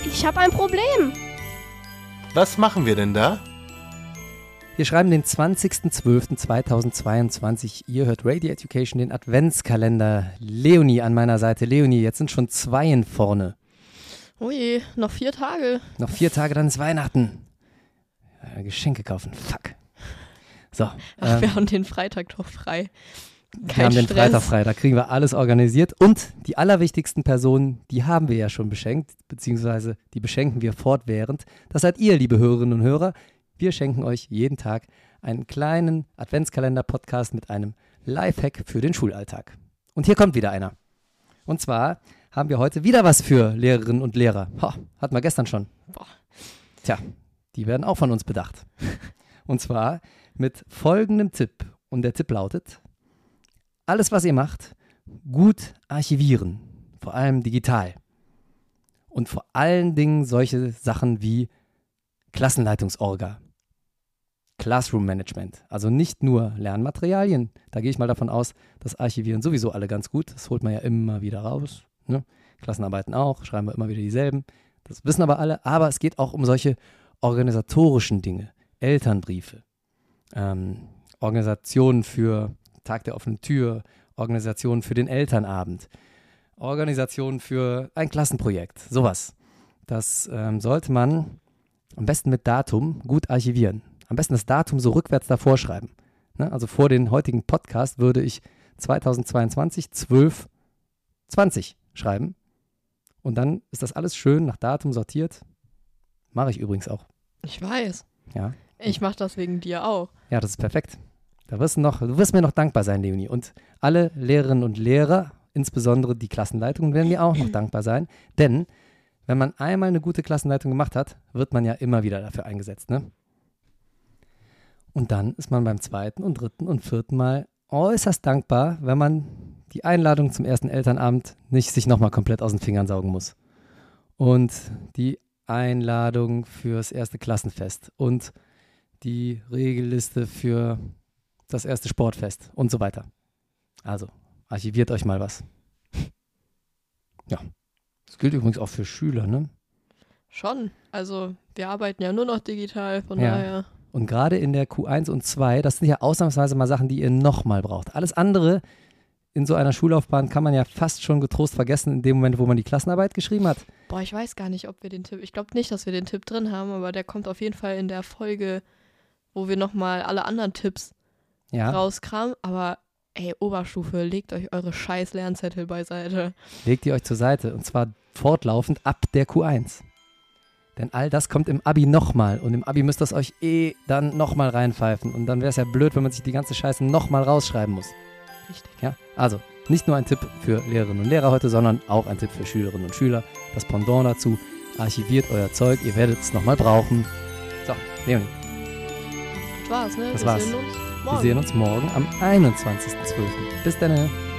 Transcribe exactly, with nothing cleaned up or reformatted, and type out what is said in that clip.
Ich habe ein Problem. Was machen wir denn da? Wir schreiben den zwanzigsten zwölften zweitausendzweiundzwanzig. Ihr hört Radio Education, den Adventskalender. Leonie an meiner Seite. Leonie, jetzt sind schon Zweien vorne. Ui, noch vier Tage. Noch vier Tage, dann ist Weihnachten. Ja, Geschenke kaufen, fuck. So. Ach, ähm, wir haben den Freitag doch frei. Kein wir haben den Stress. Freitag frei, da kriegen wir alles organisiert. Und die allerwichtigsten Personen, die haben wir ja schon beschenkt, beziehungsweise die beschenken wir fortwährend. Das seid ihr, liebe Hörerinnen und Hörer. Wir schenken euch jeden Tag einen kleinen Adventskalender-Podcast mit einem Lifehack für den Schulalltag. Und hier kommt wieder einer. Und zwar haben wir heute wieder was für Lehrerinnen und Lehrer. Ho, hatten wir gestern schon. Boah. Tja, die werden auch von uns bedacht. Und zwar mit folgendem Tipp. Und der Tipp lautet: Alles, was ihr macht, gut archivieren. Vor allem digital. Und vor allen Dingen solche Sachen wie Klassenleitungsorga. Classroom Management, also nicht nur Lernmaterialien, da gehe ich mal davon aus, das archivieren sowieso alle ganz gut, das holt man ja immer wieder raus, ne? Klassenarbeiten auch, schreiben wir immer wieder dieselben, das wissen aber alle, aber es geht auch um solche organisatorischen Dinge, Elternbriefe, ähm, Organisationen für Tag der offenen Tür, Organisationen für den Elternabend, Organisationen für ein Klassenprojekt, sowas. Das ähm, sollte man am besten mit Datum gut archivieren. Am besten das Datum so rückwärts davor schreiben. Ne? Also vor den heutigen Podcast würde ich zweitausendzweiundzwanzig zwölf zwanzig schreiben. Und dann ist das alles schön nach Datum sortiert. Mache ich übrigens auch. Ich weiß. Ja. Ich mache das wegen dir auch. Ja, das ist perfekt. Da wirst du, noch, du wirst mir noch dankbar sein, Leonie. Und alle Lehrerinnen und Lehrer, insbesondere die Klassenleitungen, werden mir auch noch dankbar sein. Denn wenn man einmal eine gute Klassenleitung gemacht hat, wird man ja immer wieder dafür eingesetzt, ne? Und dann ist man beim zweiten und dritten und vierten Mal äußerst dankbar, wenn man die Einladung zum ersten Elternabend nicht sich nochmal komplett aus den Fingern saugen muss. Und die Einladung fürs erste Klassenfest und die Regelliste für das erste Sportfest und so weiter. Also, archiviert euch mal was. Ja, das gilt übrigens auch für Schüler, ne? Schon. Also, wir arbeiten ja nur noch digital, von Ja. daher. Und gerade in der Q eins und zwei, das sind ja ausnahmsweise mal Sachen, die ihr nochmal braucht. Alles andere in so einer Schullaufbahn kann man ja fast schon getrost vergessen in dem Moment, wo man die Klassenarbeit geschrieben hat. Boah, ich weiß gar nicht, ob wir den Tipp, ich glaube nicht, dass wir den Tipp drin haben, aber der kommt auf jeden Fall in der Folge, wo wir nochmal alle anderen Tipps Ja, rauskramen. Aber ey, Oberstufe, legt euch eure scheiß Lernzettel beiseite. legt die euch zur Seite und zwar fortlaufend ab der Q eins. Denn all das kommt im Abi nochmal und im Abi müsst ihr es euch eh dann nochmal reinpfeifen und dann wäre es ja blöd, wenn man sich die ganze Scheiße nochmal rausschreiben muss. Richtig. Ja, also nicht nur ein Tipp für Lehrerinnen und Lehrer heute, sondern auch ein Tipp für Schülerinnen und Schüler. Das Pendant dazu: Archiviert euer Zeug, ihr werdet es nochmal brauchen. So, Leonie, Das war's, ne? Das wir war's. sehen uns wir morgen. sehen uns morgen am einundzwanzigsten zwölften Bis dann.